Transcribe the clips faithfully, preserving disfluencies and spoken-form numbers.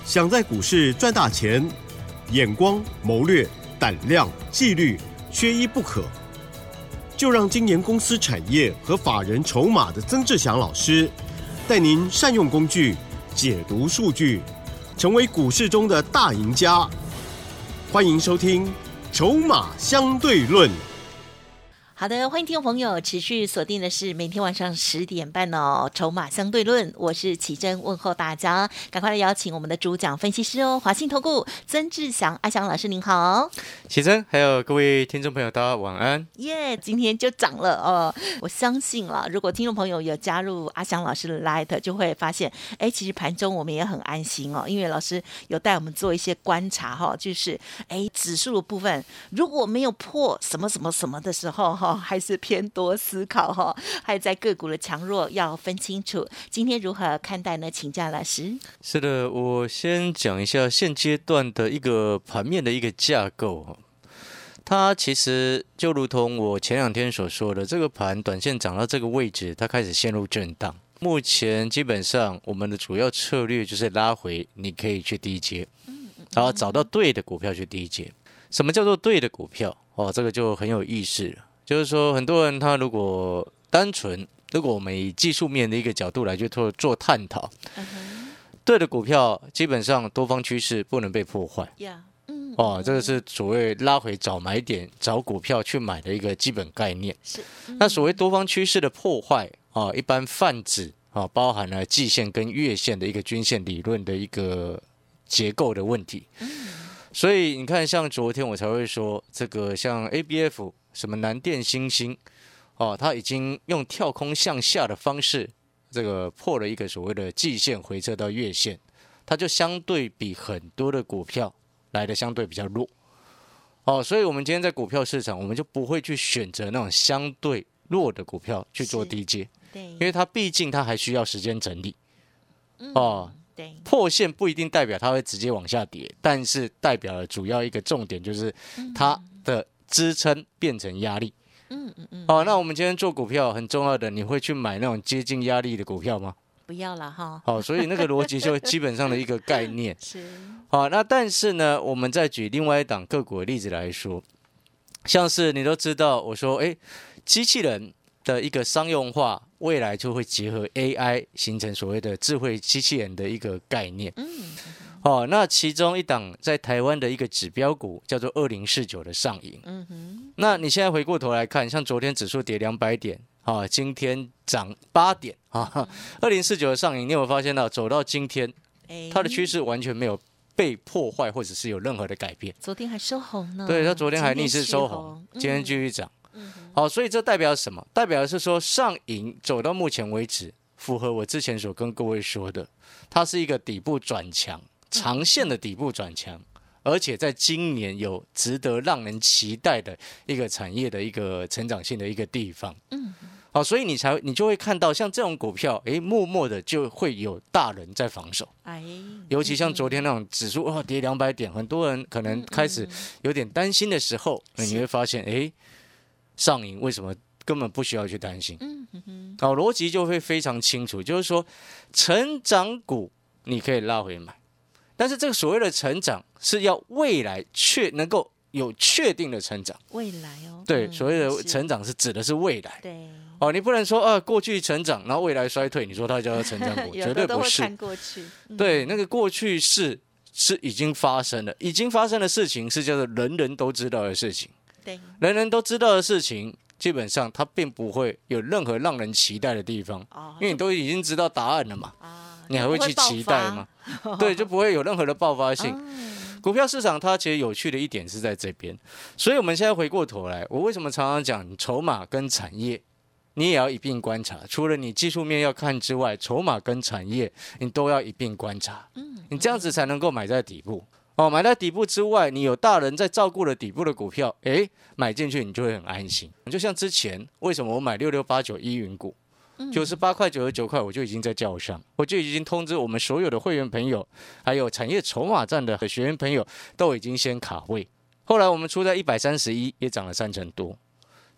想在股市赚大钱，眼光、谋略、胆量、纪律，缺一不可。就让金研公司产业和法人筹码的曾志祥老师，带您善用工具，解读数据，成为股市中的大赢家。欢迎收听《筹码相对论》。 好的，欢迎听众朋友持续锁定的是每天晚上十点半哦，筹码相对论，我是启真，问候大家，赶快来邀请我们的主讲分析师哦，华信投顾曾志祥阿祥老师您好。 启真还有各位听众朋友大家晚安。 耶、yeah, 今天就涨了哦，我相信啦，如果听众朋友有加入阿祥老师的 Light， 就会发现哎，其实盘中我们也很安心哦，因为老师有带我们做一些观察哈、哦，就是哎指数的部分如果没有破什么什么什么的时候哈、哦，还是偏多思考哈、哦，还有在个股的强弱要分清楚。今天如何看待呢？请教老师。 是的，我先讲一下现阶段的一个盘面的一个架构。它其实就如同我前两天所说的，这个盘短线涨到这个位置，它开始陷入震荡。目前基本上我们的主要策略就是拉回，你可以去低接，然后找到对的股票去低接。什么叫做对的股票？哦，这个就很有意思了。就是说，很多人他如果单纯，如果我们以技术面的一个角度来去做做探讨，嗯、对的股票基本上多方趋势不能被破坏。Yeah.哦，这个是所谓拉回找买点、找股票去买的一个基本概念。是，嗯、那所谓多方趋势的破坏啊，一般泛指啊，包含了季线跟月线的一个均线理论的一个结构的问题。嗯、所以你看，像昨天我才会说，这个像 A B F 什么南电、新兴，哦，它已经用跳空向下的方式，这个破了一个所谓的季线回撤到月线，它就相对比很多的股票来的相对比较弱，哦，所以我们今天在股票市场，我们就不会去选择那种相对弱的股票去做低接，对，因为它毕竟它还需要时间整理，哦，嗯、对，破线不一定代表它会直接往下跌，但是代表了主要一个重点就是它的支撑变成压力，嗯嗯嗯，哦，那我们今天做股票很重要的，你会去买那种接近压力的股票吗？ 不要了哈， 好，所以那个逻辑就基本上的一个概念是好。那但是呢，我们再举另外一档个股的例子来说，像是你都知道，我说哎，机器人的一个商用化，未来就会结合 A I 形成所谓的智慧机器人的一个概念。嗯，哦，那其中一档在台湾的一个指标股叫做二零四九的上影。嗯哼，那你现在回过头来看，像昨天指数跌两百点。啊，今天涨八点啊，二零四九的上影，你有没有发现到走到今天，它的趋势完全没有被破坏，或者是有任何的改变？ 昨天还收红呢， 对，它昨天还逆势收红，今天继续涨。嗯、好，所以这代表什么？代表的是说上影走到目前为止，符合我之前所跟各位说的，它是一个底部转强，长线的底部转强。而且在今年有值得让人期待的一个产业的一个成长性的一个地方，嗯，好，所以你才你就会看到像这种股票，哎，默默的就会有大人在防守，哎，尤其像昨天那种指数哦跌两百点，很多人可能开始有点担心的时候，嗯、你会发现，哎，上影为什么根本不需要去担心？嗯哼，好，逻辑就会非常清楚，就是说成长股你可以拉回买。但是这个所谓的成长是要未来确能够有确定的成长， 未来哦， 对，嗯、所谓的成长是指的是未来，对，哦，你不能说啊过去成长，然后未来衰退，你说它叫做成长股，绝对不是。 看过去， 嗯、对，那个过去是是已经发生了，已经发生的事情是叫做人人都知道的事情，对，人人都知道的事情。基本上它并不会有任何让人期待的地方，哦、因为你都已经知道答案了嘛，啊、你还会去期待吗？对，就不会有任何的爆发性。哦、股票市场它其实有趣的一点是在这边，所以我们现在回过头来，我为什么常常讲筹码跟产业，你也要一并观察。除了你技术面要看之外，筹码跟产业你都要一并观察，嗯、你这样子才能够买在底部。哦，买在底部之外，你有大人在照顾了底部的股票，诶，买进去你就会很安心。就像之前为什么我买六六八九依云股，九十八块、九十九块，我就已经在叫上，我就已经通知我们所有的会员朋友，还有产业筹码站的学员朋友，都已经先卡位。后来我们出在一百三十一，也涨了三成多。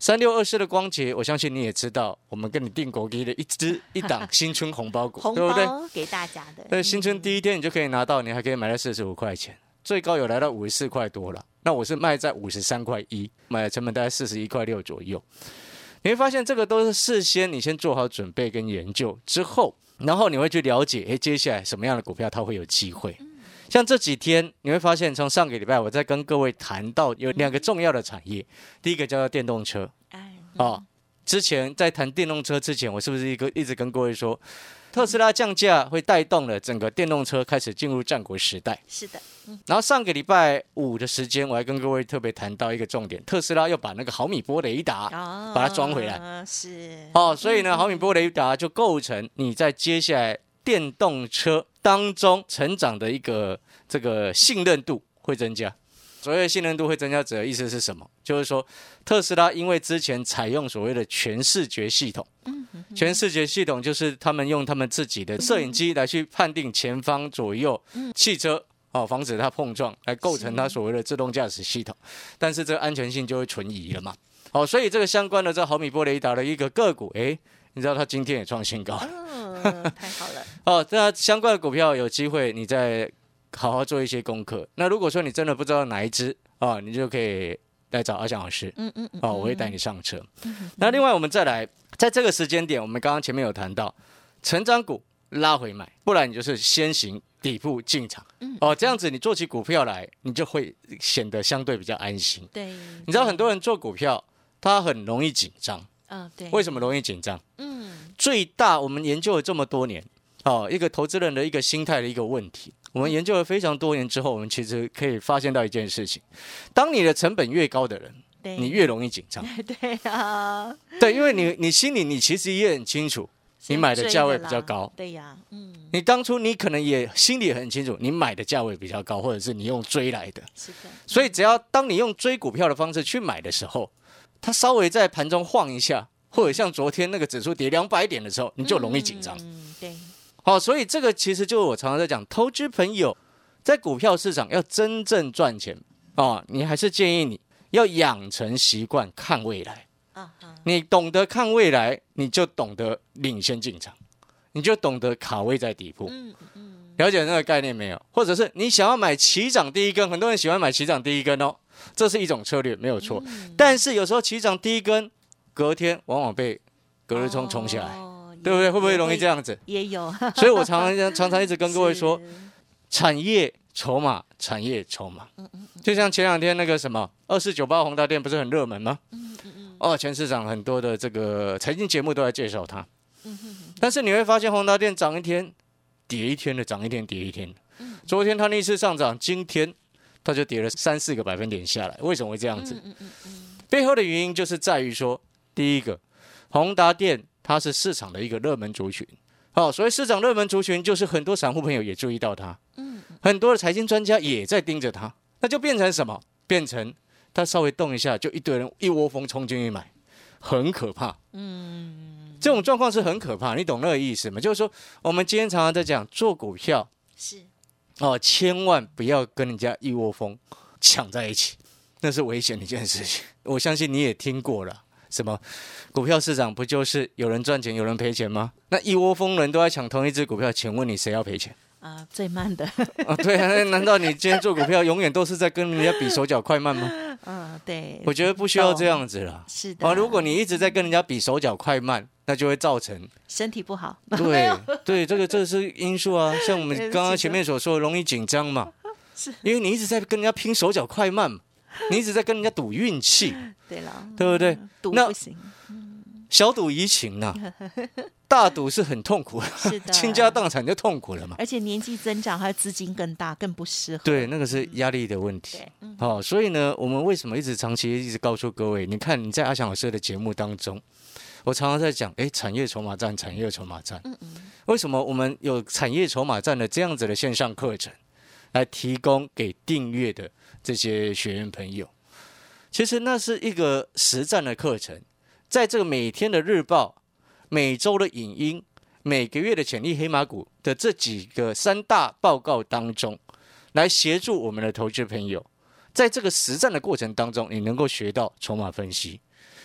三六二四的光捷，我相信你也知道，我们跟你订国机的一支一档新春红包股， 红对不对？ 包给大家的。 那新春第一天你就可以拿到，你还可以买到四十五块钱，最高有来到五十四块多了。那我是卖在五十三块一，买的成本大概四十一块六左右。你会发现这个都是事先你先做好准备跟研究之后，然后你会去了解，哎，接下来什么样的股票它会有机会。像这几天你会发现，从上个礼拜我在跟各位谈到有两个重要的产业，第一个叫做电动车。哦，之前在谈电动车之前，我是不是一个一直跟各位说，特斯拉降价会带动了整个电动车开始进入战国时代？ 是的。嗯、 然后上个礼拜五的时间，我还跟各位特别谈到一个重点，特斯拉要把那个毫米波雷达、哦、把它装回来。 是。 哦，所以呢，毫米波雷达就构成你在接下来电动车当中成长的一个这个信任度会增加。所谓的信任度会增加者的意思是什么？就是说，特斯拉因为之前采用所谓的全视觉系统，全视觉系统就是他们用他们自己的摄影机来去判定前方左右汽车，哦，防止它碰撞，来构成它所谓的自动驾驶系统。但是这个安全性就会存疑了嘛。哦，所以这个相关的这毫米波雷达的一个个股，哎，你知道它今天也创新高， 哦，太好了。 哦，那相关的股票有机会你在好好做一些功课。那如果说你真的不知道哪一支啊，你就可以来找阿翔老师，嗯嗯嗯，哦，我会带你上车。嗯嗯、那另外我们再来，在这个时间点，我们刚刚前面有谈到，成长股拉回买，不然你就是先行底部进场，嗯、哦，这样子你做起股票来，你就会显得相对比较安心。 对， 你知道很多人做股票，他很容易紧张， 嗯、哦，对， 为什么容易紧张？ 嗯， 最大我们研究了这么多年。哦，一个投资人的一个心态的一个问题，我们研究了非常多年之后，我们其实可以发现到一件事情：当你的成本越高的人，你越容易紧张。 对啊， 对，因为你你心里你其实也很清楚，你买的价位比较高。 对呀，嗯， 你当初你可能也心里很清楚，你买的价位比较高，或者是你用追来的。 是的。 所以只要当你用追股票的方式去买的时候，它稍微在盘中晃一下，或者像昨天那个指数跌两百点的时候，你就容易紧张。 嗯，对。 好、哦，所以这个其实就是我常常在讲，投资朋友在股票市场要真正赚钱哦，你还是建议你要养成习惯看未来。啊、uh-huh. 你懂得看未来，你就懂得领先进场，你就懂得卡位在底部。嗯嗯，了解那个概念没有？或者是你想要买起涨第一根，很多人喜欢买起涨第一根哦，这是一种策略，没有错。嗯、但是有时候起涨第一根，隔天往往被隔日冲冲下来。Oh.对不对？会不会容易这样子？ 也有， 所以我常常常常一直跟各位说，产业筹码，产业筹码。就像前两天那个什么二四九八宏达电不是很热门吗？哦，全市场很多的这个财经节目都在介绍它。但是你会发现宏达电涨一天，跌一天的，涨一天跌一天的。昨天它逆势上涨，今天它就跌了三四个百分点下来。为什么会这样子？背后的原因就是在于说，第一个，宏达电。它是市场的一个热门族群，好、哦，所以市场热门族群就是很多散户朋友也注意到它，嗯，很多的财经专家也在盯着它，那就变成什么？变成它稍微动一下，就一堆人一窝蜂冲进去买，很可怕，嗯，这种状况是很可怕，你懂那个意思吗？就是说，我们今天常常在讲做股票是， 哦，千万不要跟人家一窝蜂抢在一起，那是危险的一件事情，我相信你也听过了。什么股票市场不就是有人赚钱有人赔钱吗？那一窝蜂人都在抢同一只股票，请问你谁要赔钱啊、呃？最慢的啊，对啊，难道你今天做股票永远都是在跟人家比手脚快慢吗？ 嗯，对， 我觉得不需要这样子啦。 是的啊，如果你一直在跟人家比手脚快慢，那就会造成身体不好。 对对，这个这个是因素啊。像我们刚刚前面所说的，容易紧张嘛， 是因为你一直在跟人家拼手脚快慢嘛。你一直在跟人家赌运气， 对了， 对不对？ 赌不行， 小赌怡情呐、啊，大赌是很痛苦的， 是的， 倾家荡产就痛苦了嘛。 而且年纪增长，还有资金更大，更不适合。 对，那个是压力的问题。嗯、哦，所以呢，我们为什么一直长期一直告诉各位？你看你在阿翔老师的节目当中，我常常在讲，哎，产业筹码战，产业筹码战。嗯嗯。为什么我们有产业筹码战的这样子的线上课程，来提供给订阅的这些学员朋友？其实那是一个实战的课程，在这个每天的日报、每周的影音、每个月的潜力黑马股的这几个三大报告当中，来协助我们的投资朋友，在这个实战的过程当中，你能够学到筹码分析，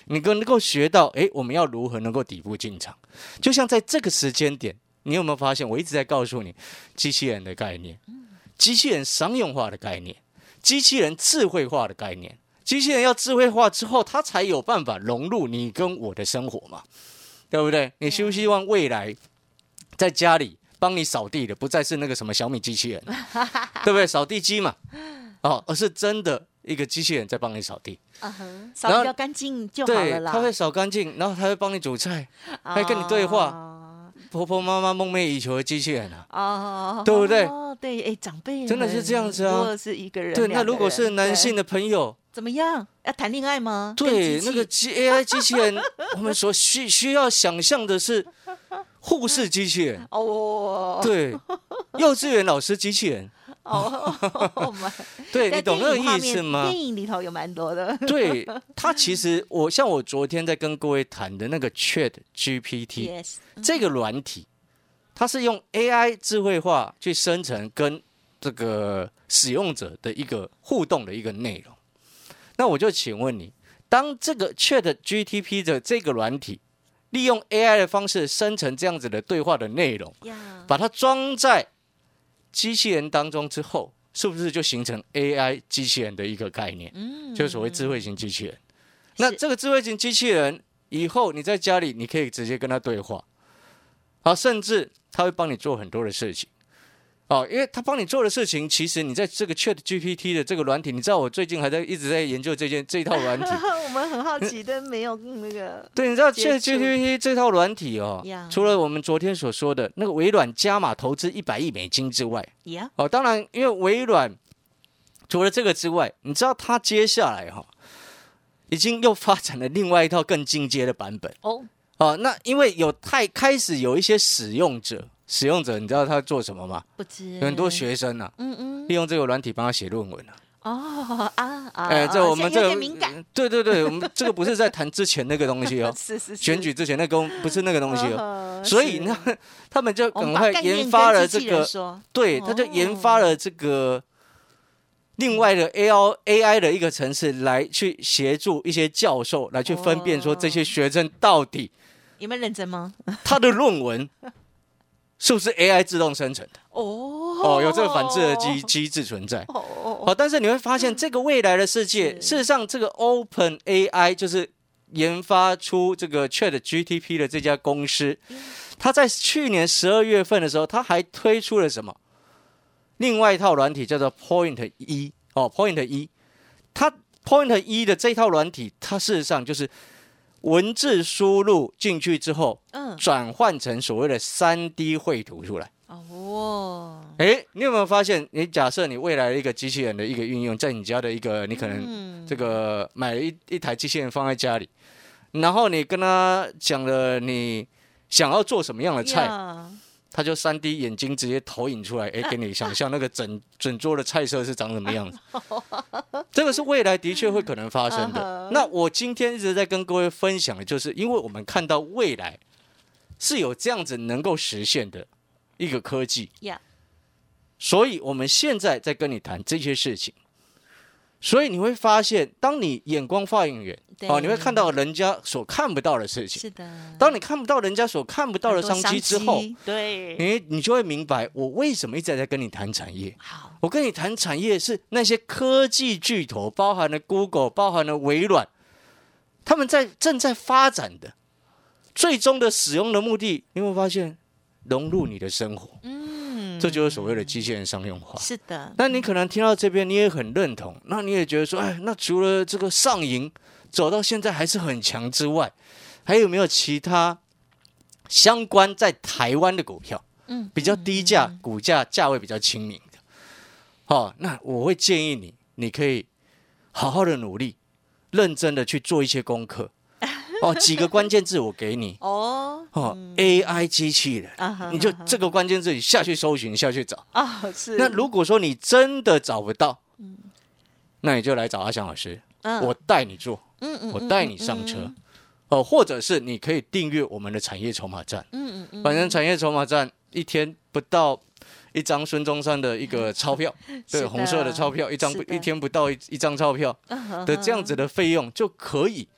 你能够学到，哎，我们要如何能够底部进场？就像在这个时间点，你有没有发现，我一直在告诉你机器人的概念，机器人商用化的概念，机器人智慧化的概念。机器人要智慧化之后，它才有办法融入你跟我的生活嘛，对不对？你希不希望未来在家里帮你扫地的不再是那个什么小米机器人，对不对？扫地机嘛，哦，而是真的一个机器人在帮你扫地， 嗯哼，扫比较干净就好了啦。 对，它会扫干净，然后它会帮你煮菜，还会跟你对话。 哦婆婆妈妈梦寐以求的机器人啊， 哦， 对不对？ 哦，对，哎，长辈真的是这样子啊。 如果是一个人， 对，那如果是男性的朋友， 怎么样？要谈恋爱吗？ 对，那个 A I 机器人，我们所需需要想象的是护士机器人哦， 对，幼稚园老师机器人。 哦， 对，你懂那个意思吗？ 电影里头有蛮多的。 对，它其实我像我昨天在跟各位谈的那个 Chat G P T、yes, 这个软体，它是用 A I 智慧化去生成跟这个使用者的一个互动的一个内容。那我就请问你，当这个 Chat G P T 的这个软体利用 A I 的方式生成这样子的对话的内容， yeah. 把它装在机器人当中之后，是不是就形成 A I 机器人的一个概念？嗯，就是所谓智慧型机器人。那这个智慧型机器人以后你在家里，你可以直接跟他对话，好，甚至他会帮你做很多的事情。哦，因为他帮你做的事情，其实你在这个 Chat G P T 的这个软体，你知道我最近还在一直在研究这件这一套软体。 我们很好奇，但没有那个。 对，你知道 Chat G P T 这套软体哦， yeah. 除了我们昨天所说的那个微软加码投资一百亿美金之外， yeah. 哦，当然因为微软除了这个之外，你知道它接下来哈、哦，已经又发展了另外一套更进阶的版本哦。哦，那因为有太开始有一些使用者。使用者，你知道他做什么吗？ 不知。 有很多学生啊，嗯嗯，利用这个软体帮他写论文啊。 哦啊啊！ 哎，这我们这个敏感。 对对对，我们这个不是在谈之前那个东西哦， 是是是， 选举之前那个不是那个东西哦。所以呢，他们就赶快研发了这个，对，他就研发了这个另外的 A I A I 的一个程式来去协助一些教授来去分辨说这些学生到底有没有认真吗？ 他的论文。是不是 A I 自动生成的？哦哦，有这个反制的机机制存在。哦哦哦，但是你会发现，这个未来的世界，事实上，这个 Open A I 就是研发出这个 Chat G P T 的这家公司，它在去年十二月份的时候，它还推出了什么？另外一套软体叫做 Point 一哦 ，Point 一，它 Point 一的这套软体，它事实上就是文字输入进去之后，嗯，转换成所谓的 三 D 绘图出来。哦，哎，你有没有发现？你假设你未来的一个机器人的一个运用，在你家的一个，你可能这个买了一一台机器人放在家里，然后你跟他讲了你想要做什么样的菜。Yeah.他就 三 D 眼睛直接投影出来，哎，给你想象那个整整桌的菜色是长什么样子。这个是未来的确会可能发生的。那我今天一直在跟各位分享的就是，因为我们看到未来是有这样子能够实现的一个科技， yeah. 所以我们现在在跟你谈这些事情。所以你会发现，当你眼光放远，哦，你会看到人家所看不到的事情。 是的。 当你看不到人家所看不到的商机之后， 对， 你你就会明白，我为什么一直在跟你谈产业。好，我跟你谈产业是那些科技巨头，包含了 Google， 包含了微软，他们在正在发展的，最终的使用的目的，你有没有发现融入你的生活？嗯。这就是所谓的机器人商用化。 是的。 那你可能听到这边，你也很认同，那你也觉得说，哎，那除了这个上银走到现在还是很强之外，还有没有其他相关在台湾的股票？嗯，比较低价，嗯、股价价位比较亲民的。好、哦，那我会建议你，你可以好好的努力，认真的去做一些功课。哦，几个关键字我给你哦哦、嗯、，A I 机器人，啊、你就这个关键字你下去搜寻，下去找啊、哦。是。那如果说你真的找不到，嗯、那你就来找阿翔老师，嗯、我带你做，嗯嗯，我带你上车，嗯嗯、哦，或者是你可以订阅我们的产业筹码站，嗯嗯嗯，反正产业筹码站一天不到一张孙中山的一个钞票，对，红色的钞票，一张一天不到一一张钞票的这样子的费用就可以。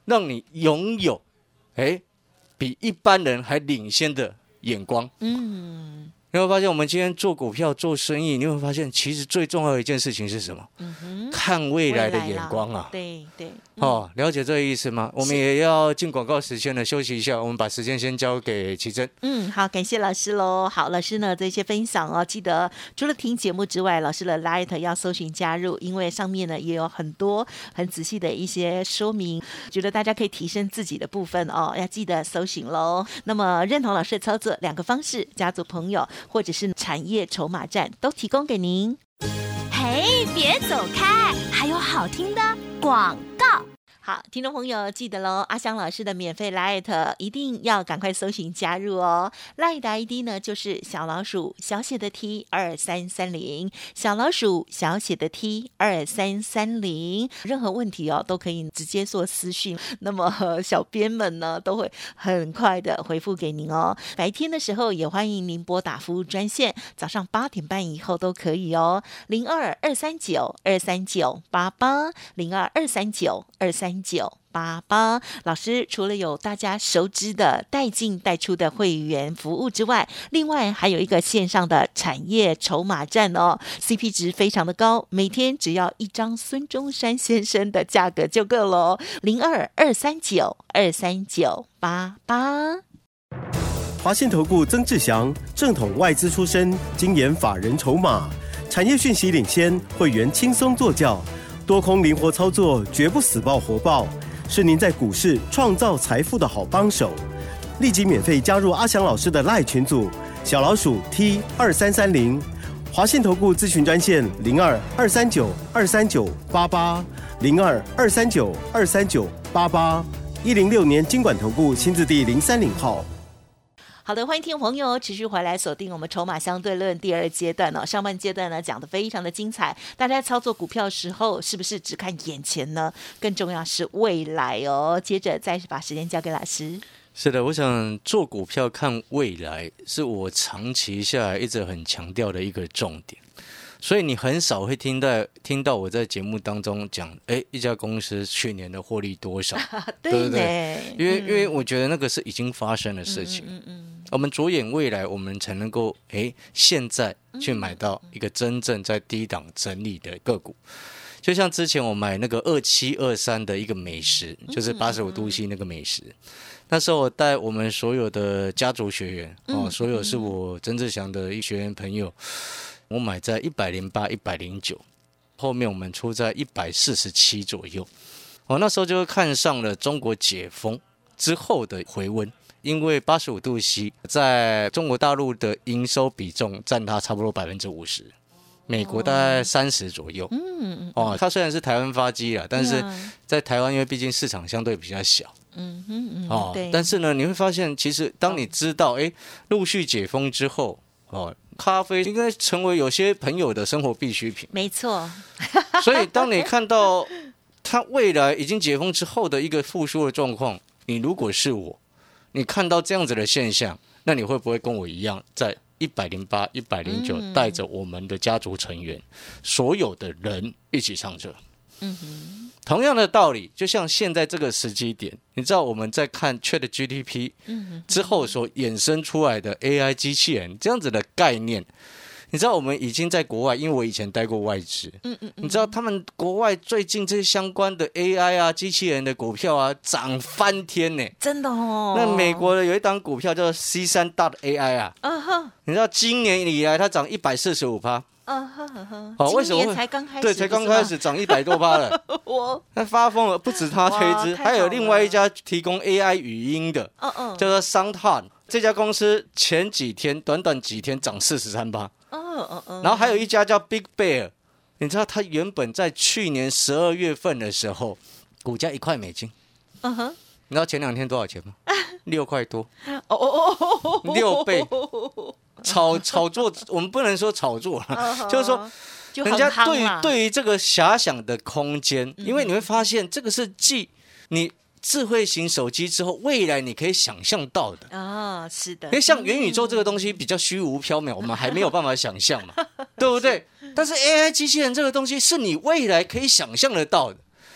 让你拥有哎比一般人还领先的眼光。 嗯， 你会发现，我们今天做股票、做生意，你会发现，其实最重要的一件事情是什么？ 嗯哼， 看未来的眼光啊！ 对对，嗯、 哦，了解这个意思吗？我们也要进广告时间了，休息一下，我们把时间先交给奇珍。 嗯，好，感谢老师喽。好，老师呢这些分享哦，记得除了听节目之外，老师的 Light 要搜寻加入，因为上面呢也有很多很仔细的一些说明，觉得大家可以提升自己的部分哦，要记得搜寻喽。那么认同老师的操作，两个方式，家族朋友或者是产业筹码站都提供给您。 嘿，别走开，还有好听的广告。 好，听众朋友记得喽，阿翔老师的免费 Line 一定要赶快搜寻加入哦。Line 的 I D 呢就是小老鼠小写的 T 二三三零，小老鼠小写的 T 二三三零。任何问题哦都可以直接做私讯，那么小编们呢都会很快的回复给您哦。白天的时候也欢迎您拨打服务专线，早上八点半以后都可以哦。零二二三九二三九八八零二二三九二三九八八。老师除了有大家熟知的带进带出的会员服务之外，另外还有一个线上的产业筹码站哦 ，C P 值非常的高，每天只要一张孙中山先生的价格就够了哦。零二二三九二三九八八。 华信投顾曾志祥，正统外资出身，精研法人筹码，产业讯息领先，会员轻松做教，多空灵活操作，绝不死抱活抱，是您在股市创造财富的好帮手。立即免费加入阿翔老师的 LINE 群组，小老鼠 T 二三三零，华信投顾咨询专线零二二三九二三九八八零二二三九二三九八八，一零六年金管投顾新字第零三零号。 好的，欢迎听众朋友持续回来锁定我们筹码相对论第二阶段哦。上半阶段呢讲得非常的精彩，大家操作股票的时候是不是只看眼前呢？更重要是未来哦。接着再把时间交给老师。 是的，我想做股票看未来是我长期下来一直很强调的一个重点。所以你很少会听到听到我在节目当中讲，哎，一家公司去年的获利多少， 对对不对？因为、 嗯、 因为我觉得那个是已经发生的事情，嗯嗯嗯，我们着眼未来，我们才能够哎现在去买到一个真正在低档整理的个股。就像之前我买那个二七二三的一个美食，就是八十五度 C 那个美食，那时候我带我们所有的家族学员哦，所有是我曾志祥的一学员朋友。我买在一百零八、一百零九，后面我们出在一百四十七左右。我那时候就看上了中国解封之后的回温，因为八十五度 C 在中国大陆的营收比重占它差不多百分之五十，美国大概三十左右。嗯哦，它虽然是台湾发机啦，但是在台湾因为毕竟市场相对比较小。 嗯嗯嗯。 哦，但是呢，你会发现，其实当你知道，哎，陆续解封之后，哦。咖啡应该成为有些朋友的生活必需品， 没错。 所以当你看到它未来已经解封之后的一个复苏的状况，你如果是我，你看到这样子的现象，那你会不会跟我一样，在一百零八、一百零九带着我们的家族成员，所有的人一起上车？嗯哼，同样的道理，就像现在这个时机点，你知道我们在看 ChatGPT 之后所衍生出来的 A I 机器人这样子的概念，你知道我们已经在国外，因为我以前待过外资，嗯嗯，你知道他们国外最近这些相关的 A I 啊、机器人的股票啊涨翻天呢， 真的哦。 那美国的有一档股票叫 C 三 A I 啊，嗯哼，你知道今年以来它涨一百四十五趴。嗯哼哼哼，哦，为什么？ 才刚开始， 对，才刚开始涨一百多趴了。我那发疯了，不止他推知，还有另外一家提供 A I 语音的，嗯嗯，叫做 SoundHound。这家公司前几天短短几天涨四十三趴，嗯嗯嗯。然后还有一家叫 Big Bear， 你知道它原本在去年十二月份的时候，股价一块美金，嗯哼。你知道前两天多少钱吗？六块多，哦哦哦，六倍。炒炒作，我们不能说炒作了，就是说，人家对于对于这个遐想的空间，因为你会发现，这个是继你智慧型手机之后，未来你可以想象到的啊，是的。因为像元宇宙这个东西比较虚无缥缈，我们还没有办法想象嘛，对不对？但是 A I 机器人这个东西是你未来可以想象得到的。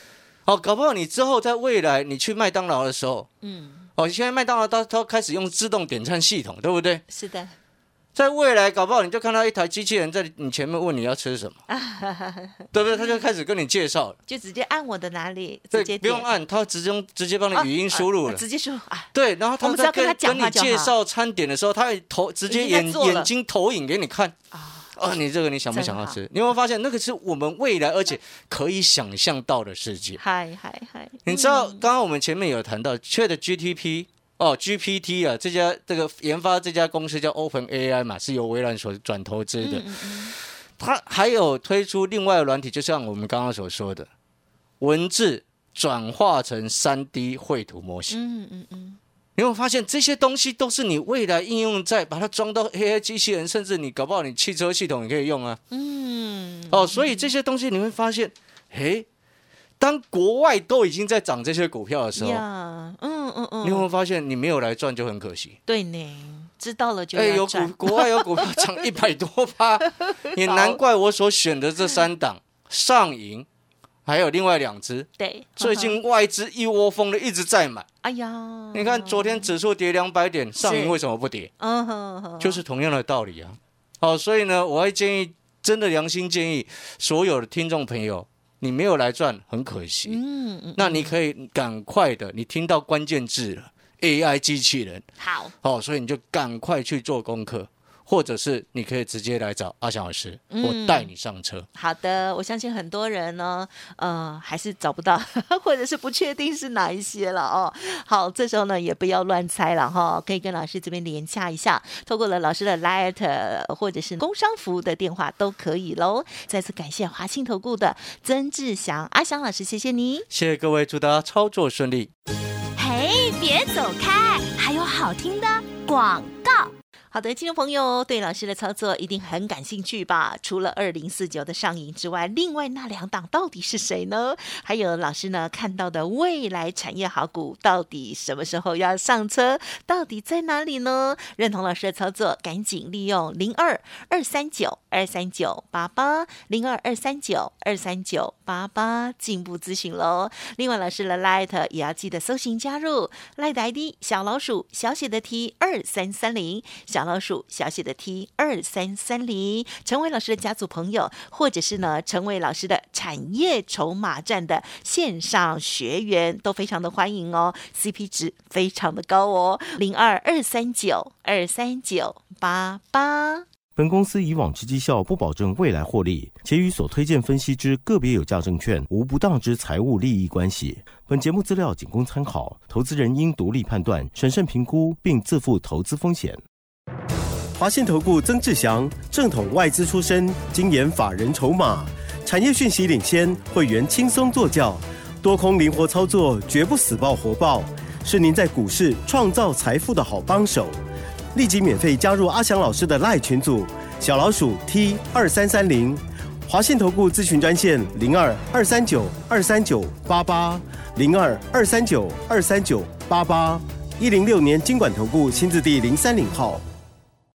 好，搞不好你之后在未来你去麦当劳的时候， 嗯， 哦，现在麦当劳它它开始用自动点餐系统，对不对？ 是的， 在未来搞不好你就看到一台机器人在你前面问你要吃什么，对不对？他就开始跟你介绍了， 就直接按我的哪里， 对， 直接不用按，他直接直接帮你语音输入了， 啊啊、直接输入啊。 对，然后他在跟跟你介绍餐点的时候，他会投直接眼眼睛投影给你看啊。啊，你这个你想不想要吃？你有没有发现那个是我们未来而且可以想象到的世界？ 嗨嗨嗨！ 你知道，刚刚我们前面有谈到 ChatGPT 哦 ，G P T 啊，这家这个研发这家公司叫 OpenAI 嘛，是由微软所转投资的。嗯嗯嗯，它还有推出另外的软体，就像我们刚刚所说的，文字转化成 三 D 绘图模型。嗯嗯嗯。你会发现这些东西都是你未来应用在把它装到 A I 机器人，甚至你搞不好你汽车系统也可以用啊。嗯，哦，所以这些东西你会发现，嘿，当国外都已经在涨这些股票的时候，嗯嗯嗯，你有没有发现你没有来赚就很可惜？ 对呢，知道了就要赚。 哎，有股国外有股票涨一百多趴，也难怪我所选的这三档上银。还有另外两只， 对， 最近外资一窝蜂的一直在买。哎呀，你看昨天指数跌两百点，上银为什么不跌？嗯哼，就是同样的道理啊。好，所以呢，我会建议，真的良心建议，所有的听众朋友，你没有来赚，很可惜。嗯嗯，那你可以赶快的，你听到关键字了 ，A I 机器人。好，好，所以你就赶快去做功课。或者是你可以直接来找阿翔老师，嗯、我带你上车。 好的，我相信很多人呢，呃，还是找不到，或者是不确定是哪一些了哦。好，这时候呢也不要乱猜了哈，可以跟老师这边连洽一下，透过了老师的 Line 或者是工商服务的电话都可以喽。再次感谢华信投顾的曾志祥阿翔老师，谢谢你， 谢谢各位，祝大家操作顺利。 嘿，别走开，还有好听的广告。 好的，听众朋友对老师的操作一定很感兴趣吧？除了二零四九的上影之外，另外那两档到底是谁呢？还有老师呢看到的未来产业好股，到底什么时候要上车？到底在哪里呢？认同老师的操作，赶紧利用零二二三九二三九八八零二二三九二三九八八进一步咨询喽。另外，老师的 Line 也要记得搜寻加入 Line 的 I D 小老鼠小写的 T 二三三零小。小老鼠小写的 T 二三三零，成为老师的家族朋友，或者是呢成为老师的产业筹码站的线上学员，都非常的欢迎哦 ，C P 值非常的高哦，零二二三九二三九八八。 本公司以往之绩效不保证未来获利，且与所推荐分析之个别有价证券无不当之财务利益关系。本节目资料仅供参考，投资人应独立判断、审慎评估，并自负投资风险。华信投顾曾志祥，正统外资出身，精研法人筹码，产业讯息领先，会员轻松做教，多空灵活操作，绝不死抱活抱，是您在股市创造财富的好帮手。立即免费加入阿翔老师的 LINE 群组，小老鼠 T 二三三零，华信投顾咨询专线零二二三九二三九八八零二二三九二三九八八，一零六年金管投顾新字第零三零号。